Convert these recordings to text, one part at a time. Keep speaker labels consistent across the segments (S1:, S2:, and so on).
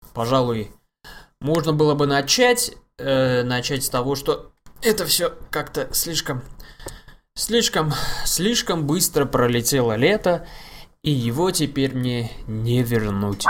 S1: пожалуй, можно было бы начать с того, что это все как-то слишком быстро пролетело лето, и его теперь мне не вернуть.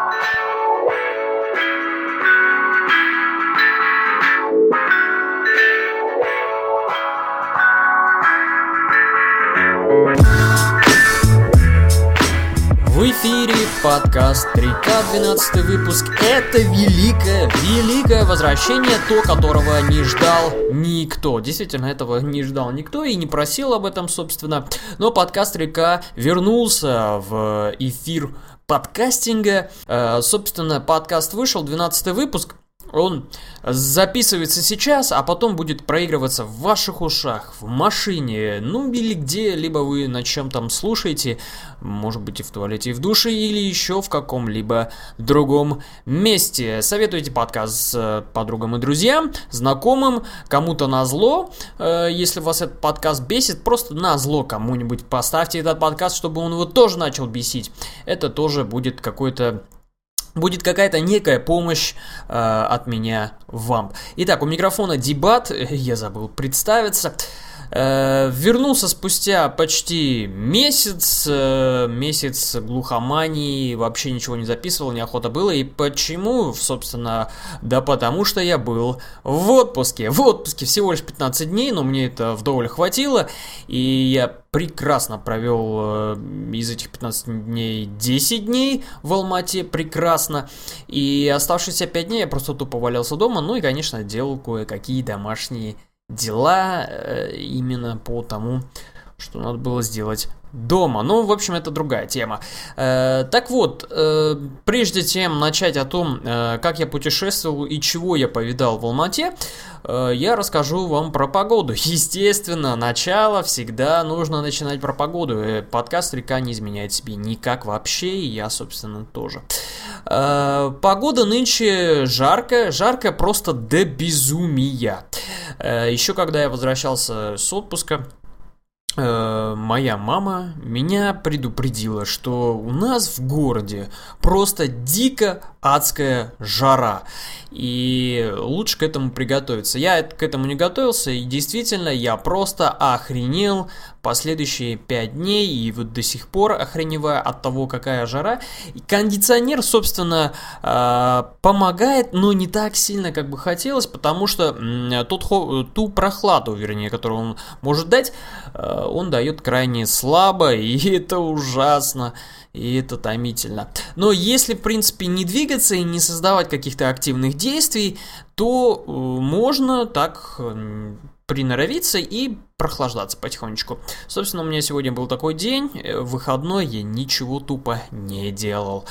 S1: В эфире подкаст 3К, 12 выпуск. Это великое возвращение, то, которого не ждал никто. Действительно, этого не ждал никто и не просил об этом, собственно. Но подкаст 3К вернулся в эфир подкастинга. Собственно, подкаст вышел, 12 выпуск. Он записывается сейчас, а потом будет проигрываться в ваших ушах, в машине, ну или где-либо вы на чем там слушаете, может быть и в туалете, и в душе, или еще в каком-либо другом месте. Советуйте подкаст с подругам и друзьям, знакомым, кому-то назло. Если вас этот подкаст бесит, просто назло кому-нибудь поставьте этот подкаст, чтобы он его тоже начал бесить. Это тоже будет какая-то некая помощь от меня вам. Итак, у микрофона Дебат, я забыл представиться. Вернулся спустя почти месяц глухомании, вообще ничего не записывал, неохота было. И почему? Собственно, да потому что я был в отпуске. В отпуске всего лишь 15 дней, но мне это вдоволь хватило. И я прекрасно провел из этих 15 дней 10 дней в Алмате, прекрасно. И оставшиеся 5 дней я просто тупо валялся дома, ну и, конечно, делал кое-какие домашние дела именно по тому, что надо было сделать дома. Ну, в общем, это другая тема. Так вот, прежде чем начать о том, как я путешествовал и чего я повидал в Алмате, я расскажу вам про погоду. Естественно, начало всегда нужно начинать про погоду. Подкаст 3К не изменяет себе никак вообще, и я, собственно, тоже. Погода нынче жаркая просто до безумия. Еще когда я возвращался с отпуска, моя мама меня предупредила, что у нас в городе просто дико адская жара, и лучше к этому приготовиться. Я к этому не готовился, и действительно я просто охренел последующие 5 дней, и вот до сих пор охреневаю от того, какая жара. И кондиционер, собственно, помогает, но не так сильно, как бы хотелось, потому что ту прохладу, вернее, которую он может дать, он дает крайне слабо, и это ужасно, и это томительно. Но если, в принципе, не двигаться и не создавать каких-то активных действий, то можно так приноровиться и прохлаждаться потихонечку. Собственно, у меня сегодня был такой день, выходной, я ничего тупо не делал.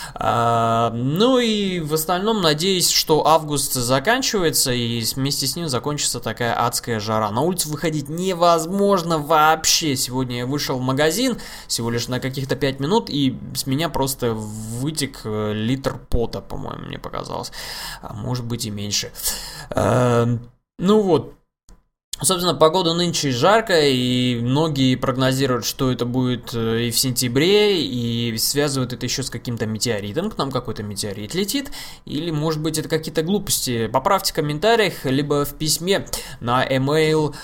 S1: Ну и в остальном надеюсь, что август заканчивается, и вместе с ним закончится такая адская жара. На улицу выходить невозможно вообще. Сегодня я вышел в магазин всего лишь на каких-то 5 минут, и с меня просто вытек литр пота, по-моему, мне показалось. А может быть и меньше. Ну вот. Собственно, погода нынче жаркая, и многие прогнозируют, что это будет и в сентябре, и связывают это еще с каким-то метеоритом, к нам какой-то метеорит летит, или, может быть, это какие-то глупости. Поправьте в комментариях, либо в письме на email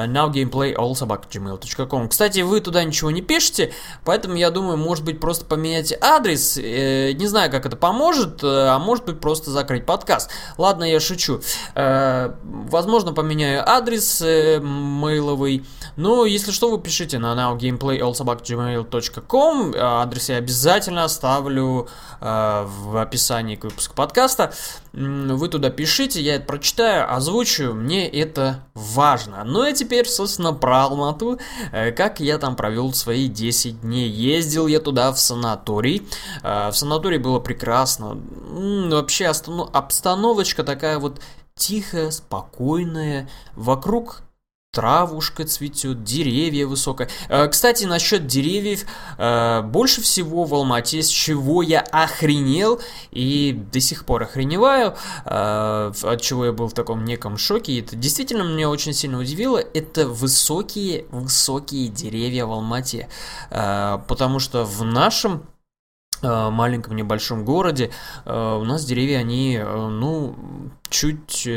S1: nowgameplay@gmail.com. Кстати, вы туда ничего не пишете, поэтому я думаю, может быть, просто поменять адрес, не знаю, как это поможет, а может быть, просто закрыть подкаст. Ладно, я шучу. Возможно, поменяю адрес мейловый. Но если что, вы пишите на nowgameplay@gmail.com. Адрес я обязательно оставлю в описании к выпуску подкаста. Вы туда пишите, я это прочитаю, озвучу, мне это важно. Ну и теперь, собственно, про Алмату. Как я там провел свои 10 дней. Ездил я туда в санаторий. В санатории было прекрасно. Вообще обстановочка такая вот тихая, спокойная, вокруг травушка цветет, деревья высокие. Кстати, насчет деревьев, больше всего в Алмате, с чего я охренел и до сих пор охреневаю, от чего я был в таком неком шоке, и это действительно меня очень сильно удивило, это высокие деревья в Алмате, потому что в нашем маленьком небольшом городе, у нас деревья, они, чуть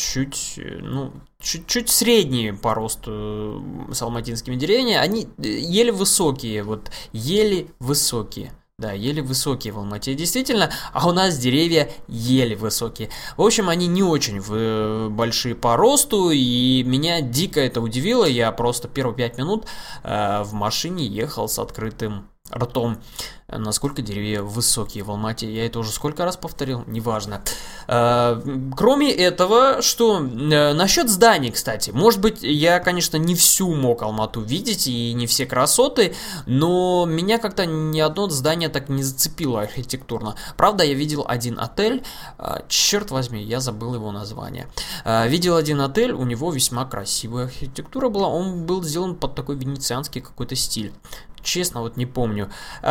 S1: средние по росту с алматинскими деревьями, они еле высокие, еле высокие. Да, еле высокие в Алмате, действительно, а у нас деревья еле высокие. В общем, они не очень большие по росту, и меня дико это удивило. Я просто первые 5 минут в машине ехал с открытым ртом, насколько деревья высокие в Алмате. Я это уже сколько раз повторил, неважно. Кроме этого, что насчет зданий, кстати, может быть, я, конечно, не всю мог Алмату видеть и не все красоты, но меня как-то ни одно здание так не зацепило архитектурно. Правда, я видел один отель, черт возьми, я забыл его название. Видел один отель, у него весьма красивая архитектура была, он был сделан под такой венецианский какой-то стиль. Честно, не помню.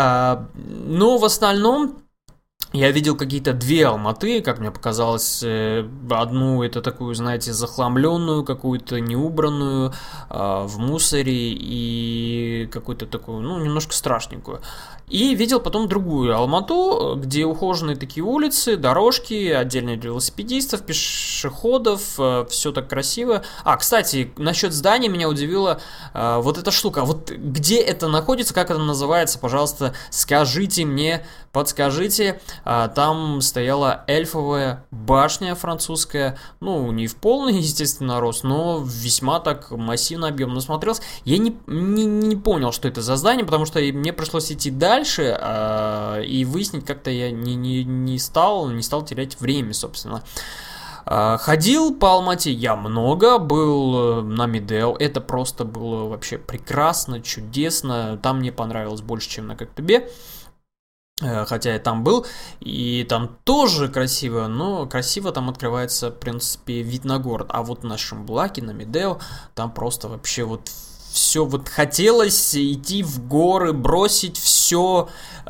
S1: Но в основном я видел какие-то две Алматы, как мне показалось. Одну это такую, знаете, захламленную, какую-то неубранную, в мусоре, и какую-то такую, немножко страшненькую. И видел потом другую Алмату, где ухоженные такие улицы, дорожки, отдельные для велосипедистов, пешеходов, все так красиво. Кстати, насчет зданий меня удивила вот эта штука. Вот где это находится, как это называется, пожалуйста, скажите мне, подскажите. Там стояла эльфовая башня французская, не в полный, естественно, рост, но весьма так массивно, объемно смотрелся. Я не понял, что это за здание, потому что мне пришлось идти дальше и выяснить как-то я не стал терять время, собственно. Ходил по Алмате я много, был на Медео, это просто было вообще прекрасно, чудесно, там мне понравилось больше, чем на Коктебе. Хотя я там был, и там тоже красиво, но красиво там открывается, в принципе, вид на город. А вот на Шимбулаке, на Медео, там просто вообще все хотелось идти в горы, бросить все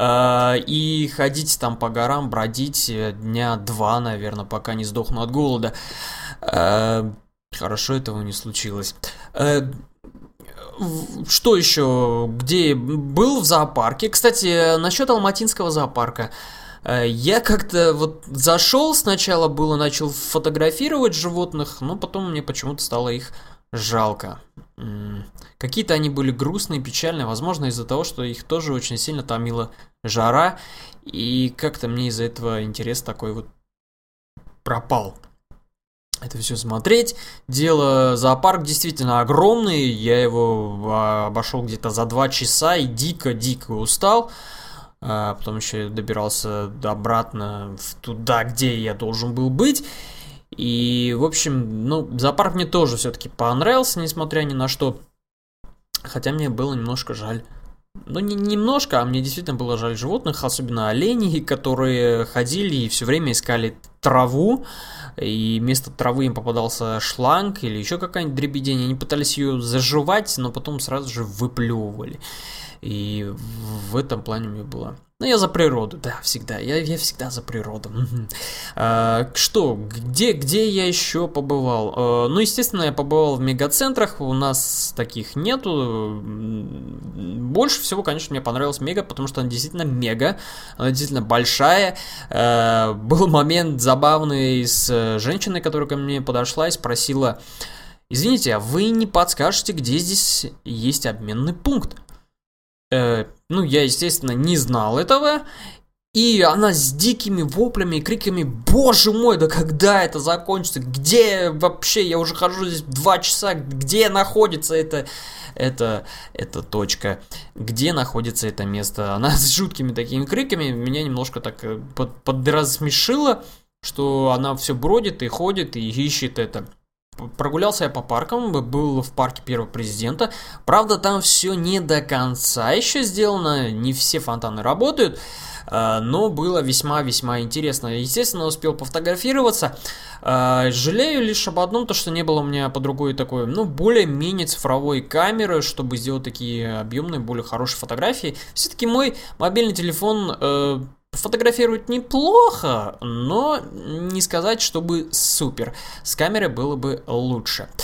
S1: и ходить там по горам, бродить дня 2, наверное, пока не сдохну от голода. Хорошо этого не случилось. Что еще? Где был в зоопарке? Кстати, насчет алматинского зоопарка. Я как-то зашел сначала, начал фотографировать животных, но потом мне почему-то стало их жалко. Какие-то они были грустные, печальные, возможно, из-за того, что их тоже очень сильно томила жара, и как-то мне из-за этого интерес такой пропал. Это все смотреть. Зоопарк действительно огромный, я его обошел где-то за 2 часа и дико-дико устал. Потом еще добирался обратно туда, где я должен был быть. И, в общем, зоопарк мне тоже все-таки понравился, несмотря ни на что. Хотя мне было немножко жаль. Не немножко, а мне действительно было жаль животных, особенно оленей, которые ходили и все время искали траву, и вместо травы им попадался шланг или еще какая-нибудь дребедень. Они пытались ее заживать, но потом сразу же выплевывали. И в этом плане мне было... я за природу, да, всегда. Я всегда за природу. Что? Где я еще побывал? Естественно, я побывал в мегацентрах. У нас таких нету. Больше всего, конечно, мне понравилась Мега, потому что она действительно мега. Она действительно большая. Был момент забавный с женщиной, которая ко мне подошла и спросила: извините, а вы не подскажете, где здесь есть обменный пункт? Я, естественно, не знал этого, и она с дикими воплями и криками: боже мой, да когда это закончится? Где вообще? Я уже хожу здесь 2 часа, где находится эта точка? Где находится это место? Она с жуткими такими криками меня немножко так подрассмешила, что она все бродит и ходит и ищет это. Прогулялся я по паркам, был в парке Первого Президента. Правда, там все не до конца еще сделано, не все фонтаны работают, но было весьма-весьма интересно. Естественно, успел пофотографироваться. Жалею лишь об одном, то что не было у меня под рукой такой, более-менее цифровой камеры, чтобы сделать такие объемные, более хорошие фотографии. Все-таки мой мобильный телефон... фотографирует неплохо, но не сказать, чтобы супер. С камерой было бы лучше.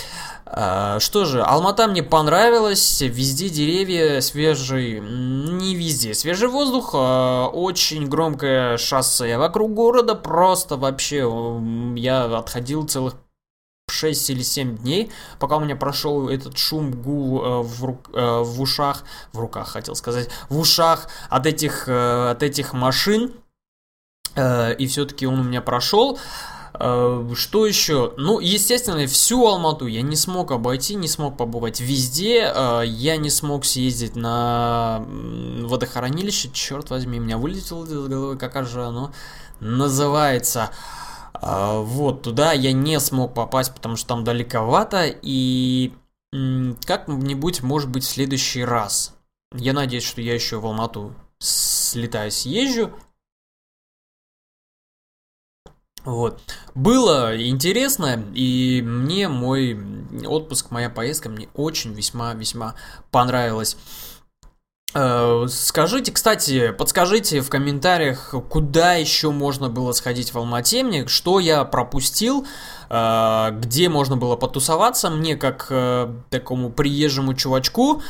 S1: Что же, Алмата мне понравилась, везде деревья, свежий, не везде, свежий воздух, очень громкое шоссе вокруг города, просто вообще я отходил целых 6 или 7 дней, пока у меня прошел этот шум, гул в ушах, в руках хотел сказать, в ушах от этих машин, и все-таки он у меня прошел. Что еще? Ну, естественно, всю Алмату я не смог обойти, не смог побывать везде, я не смог съездить на водохранилище, черт возьми, у меня вылетело из головы, как же оно называется. Вот, туда я не смог попасть, потому что там далековато, и как-нибудь, может быть, в следующий раз. Я надеюсь, что я еще в Алмату слетаю, съезжу. Вот. Было интересно, и мне мой отпуск, моя поездка мне очень весьма-весьма понравилась. Скажите, кстати, подскажите в комментариях, куда еще можно было сходить в Алмате, мне, что я пропустил, где можно было потусоваться, мне как такому приезжему чувачку,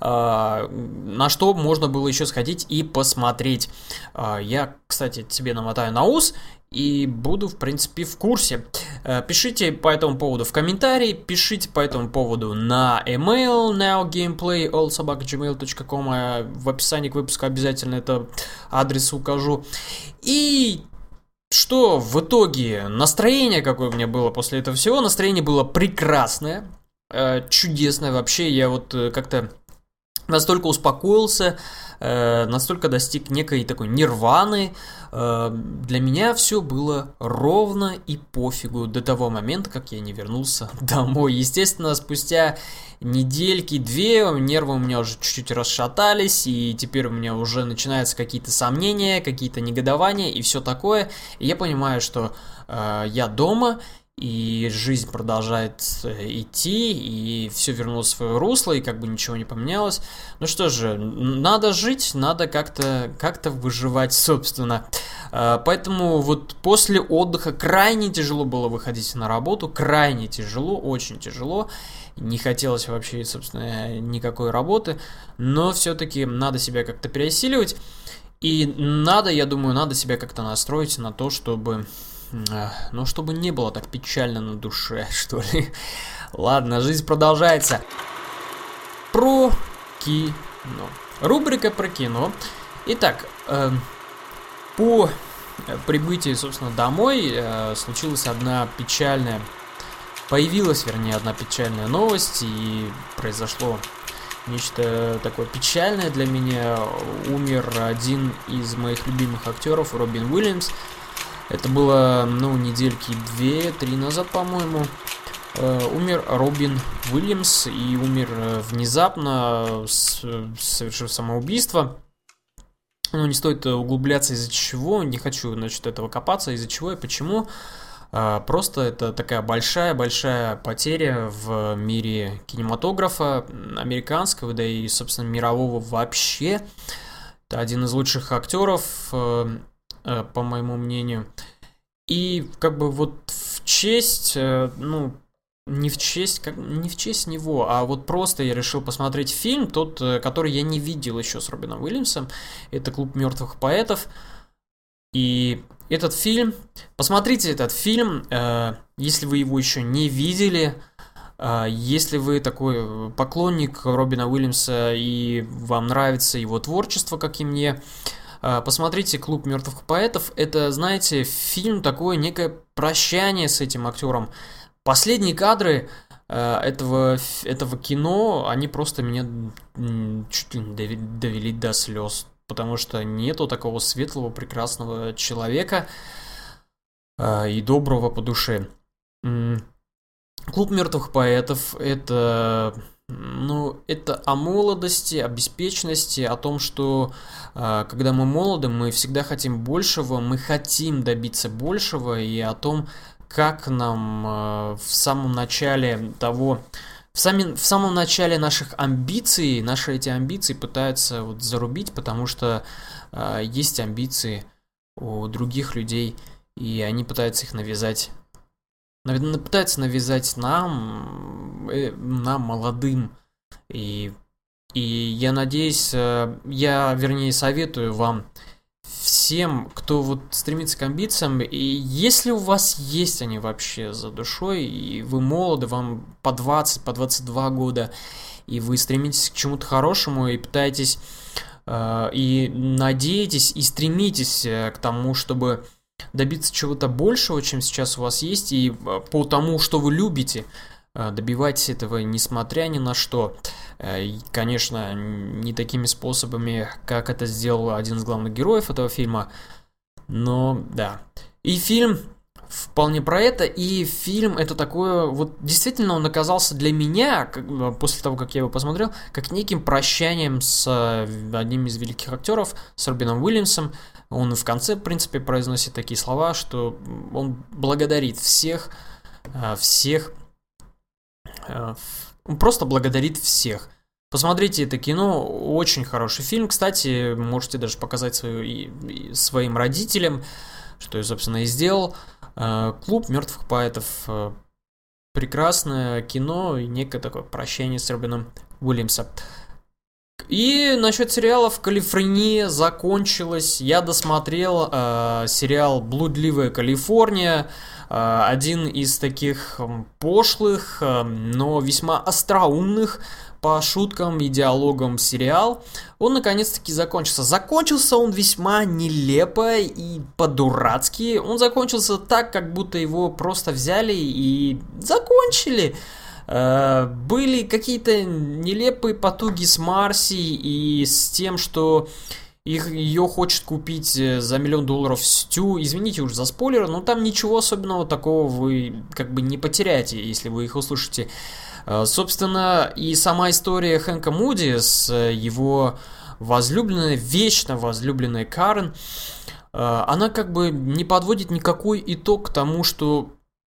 S1: на что можно было еще сходить и посмотреть. Я, кстати, тебе намотаю на ус и буду, в принципе, в курсе. Пишите по этому поводу в комментарии, пишите по этому поводу на email nowgameplay@gmail.com. В описании к выпуску обязательно это адрес укажу. И что в итоге? Настроение какое у меня было после этого всего? Настроение было прекрасное, чудесное вообще. Я вот как-то настолько успокоился, настолько достиг некой такой нирваны. Для меня все было ровно и пофигу до того момента, как я не вернулся домой. Естественно, спустя недельки-две нервы у меня уже чуть-чуть расшатались, и теперь у меня уже начинаются какие-то сомнения, какие-то негодования и все такое. И я понимаю, что я дома, и жизнь продолжает идти, и все вернулось в свое русло, и как бы ничего не поменялось. Ну что же, надо жить, надо как-то выживать, собственно. Поэтому вот после отдыха крайне тяжело было выходить на работу, крайне тяжело, очень тяжело. Не хотелось вообще, собственно, никакой работы, но все-таки надо себя как-то пересиливать. И надо, я думаю, надо себя как-то настроить на то, чтобы... Но чтобы не было так печально на душе, что ли. Ладно, жизнь продолжается. Про кино. Рубрика про кино. Итак, по прибытии, собственно, домой случилась одна печальная... Появилась, вернее, одна печальная новость, и произошло нечто такое печальное для меня. Умер один из моих любимых актеров, Робин Уильямс. Это было, недельки 2-3 назад, по-моему. Умер Робин Уильямс и умер внезапно, совершив самоубийство. Не стоит углубляться, из-за чего. Не хочу насчет этого копаться, из-за чего и почему. Просто это такая большая-большая потеря в мире кинематографа американского, да и, собственно, мирового вообще. Это один из лучших актеров, по моему мнению. И как бы вот в честь, не в честь него, а вот просто я решил посмотреть фильм, тот, который я не видел еще с Робином Уильямсом. Это «Клуб мертвых поэтов». И этот фильм, посмотрите этот фильм, если вы его еще не видели, если вы такой поклонник Робина Уильямса и вам нравится его творчество, как и мне, посмотрите «Клуб мертвых поэтов». Это, знаете, фильм такое, некое прощание с этим актером. Последние кадры этого кино, они просто меня чуть ли не довели до слез. Потому что нету такого светлого, прекрасного человека и доброго по душе. «Клуб мертвых поэтов» — это о молодости, о беспечности, о том, что когда мы молоды, мы всегда хотим большего, мы хотим добиться большего, и о том, как нам в самом начале наших амбиций, наши эти амбиции пытаются вот зарубить, потому что есть амбиции у других людей, и они пытаются их навязать пытается навязать нам молодым. И я надеюсь, вернее, советую вам всем, кто вот стремится к амбициям, и если у вас есть они вообще за душой, и вы молоды, вам по 20, по 22 года, и вы стремитесь к чему-то хорошему, и пытаетесь, и надеетесь, и стремитесь к тому, чтобы добиться чего-то большего, чем сейчас у вас есть, и по тому, что вы любите, добивайтесь этого, несмотря ни на что. И, конечно, не такими способами, как это сделал один из главных героев этого фильма, но да. И фильм вполне про это, и фильм это такое, вот действительно он оказался для меня, после того, как я его посмотрел, как неким прощанием с одним из великих актеров, с Робином Уильямсом. Он в конце, в принципе, произносит такие слова, что он благодарит он просто благодарит всех. Посмотрите это кино, очень хороший фильм. Кстати, можете даже показать своим родителям, что я, собственно, и сделал. «Клуб мертвых поэтов». Прекрасное кино и некое такое прощание с Робином Уильямсом. И насчет сериалов, «Калифорния» закончилась. Я досмотрел сериал «Блудливая Калифорния». Один из таких пошлых, но весьма остроумных по шуткам и диалогам сериал. Он наконец-таки закончился. Закончился он весьма нелепо и по-дурацки. Он закончился так, как будто его просто взяли и закончили. Были какие-то нелепые потуги с Марси и с тем, что ее хочет купить за $1 миллион Стю. Извините уж за спойлер, но там ничего особенного такого вы как бы не потеряете, если вы их услышите. Собственно, и сама история Хэнка Муди с его возлюбленной, вечно возлюбленной Карен, она как бы не подводит никакой итог к тому, что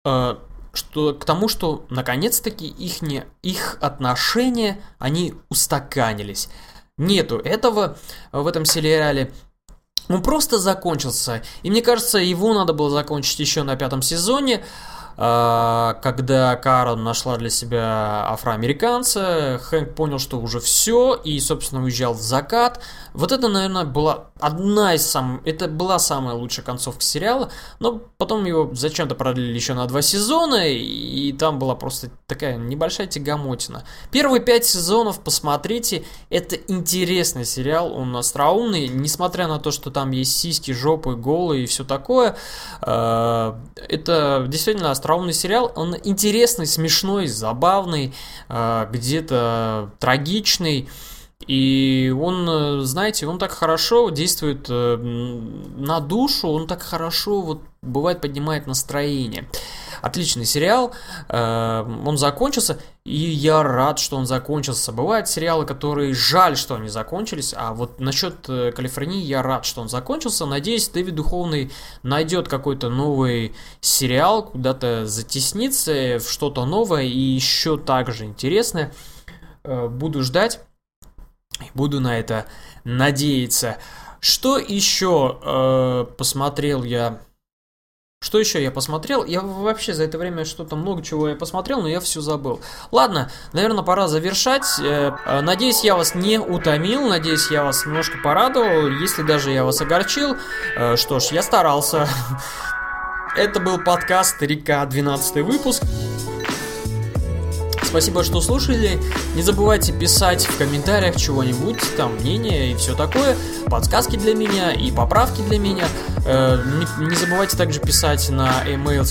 S1: наконец-таки их отношения, они устаканились. Нету этого в этом сериале. Он просто закончился. И мне кажется, его надо было закончить еще на 5 сезоне, когда Карен нашла для себя афроамериканца. Хэнк понял, что уже все, и, собственно, уезжал в закат. Вот это, наверное, была это была самая лучшая концовка сериала, но потом его зачем-то продлили еще на 2 сезона, и там была просто такая небольшая тягомотина. Первые 5 сезонов посмотрите, это интересный сериал, он остроумный, несмотря на то, что там есть сиськи, жопы, голые и все такое. Это действительно остроумный сериал, он интересный, смешной, забавный, где-то трагичный. И он, знаете, он так хорошо действует на душу, он так хорошо, вот, бывает, поднимает настроение. Отличный сериал, он закончился, и я рад, что он закончился. Бывают сериалы, которые жаль, что они закончились, а вот насчет «Калифорнии» я рад, что он закончился. Надеюсь, Дэвид Духовный найдет какой-то новый сериал, куда-то затеснится в что-то новое и еще так же интересное. Буду ждать. Буду на это надеяться. Что еще посмотрел я? Что еще я посмотрел? Я вообще за это время что-то много чего я посмотрел, но я все забыл. Ладно, наверное, пора завершать. Надеюсь, я вас не утомил. Надеюсь, я вас немножко порадовал. Если даже я вас огорчил, что ж, я старался. Это был подкаст Река, 12 выпуск. Спасибо, что слушали. Не забывайте писать в комментариях чего-нибудь, там мнение и все такое, подсказки для меня и поправки для меня. Не забывайте также писать на email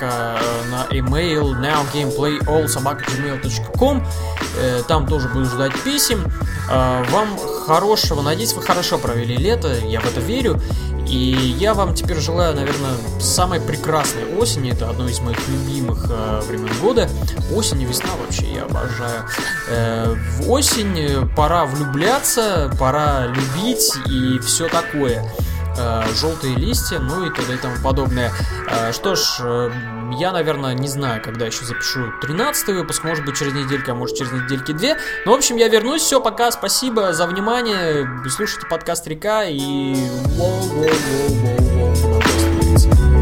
S1: nowgameplayall@gmail.com. Там тоже буду ждать писем. Вам хорошего, надеюсь, вы хорошо провели лето, я в это верю. И я вам теперь желаю, наверное, самой прекрасной осени. Это одно из моих любимых времен года. Осень и весна вообще я обожаю. В осень пора влюбляться, пора любить и все такое. Желтые листья, ну и т.д. и тому подобное. Что ж, я, наверное, не знаю, когда еще запишу 13-й выпуск, может быть через недельку, а может через недельки 2. Ну, в общем, я вернусь, все, пока, спасибо за внимание, слушайте подкаст Река и...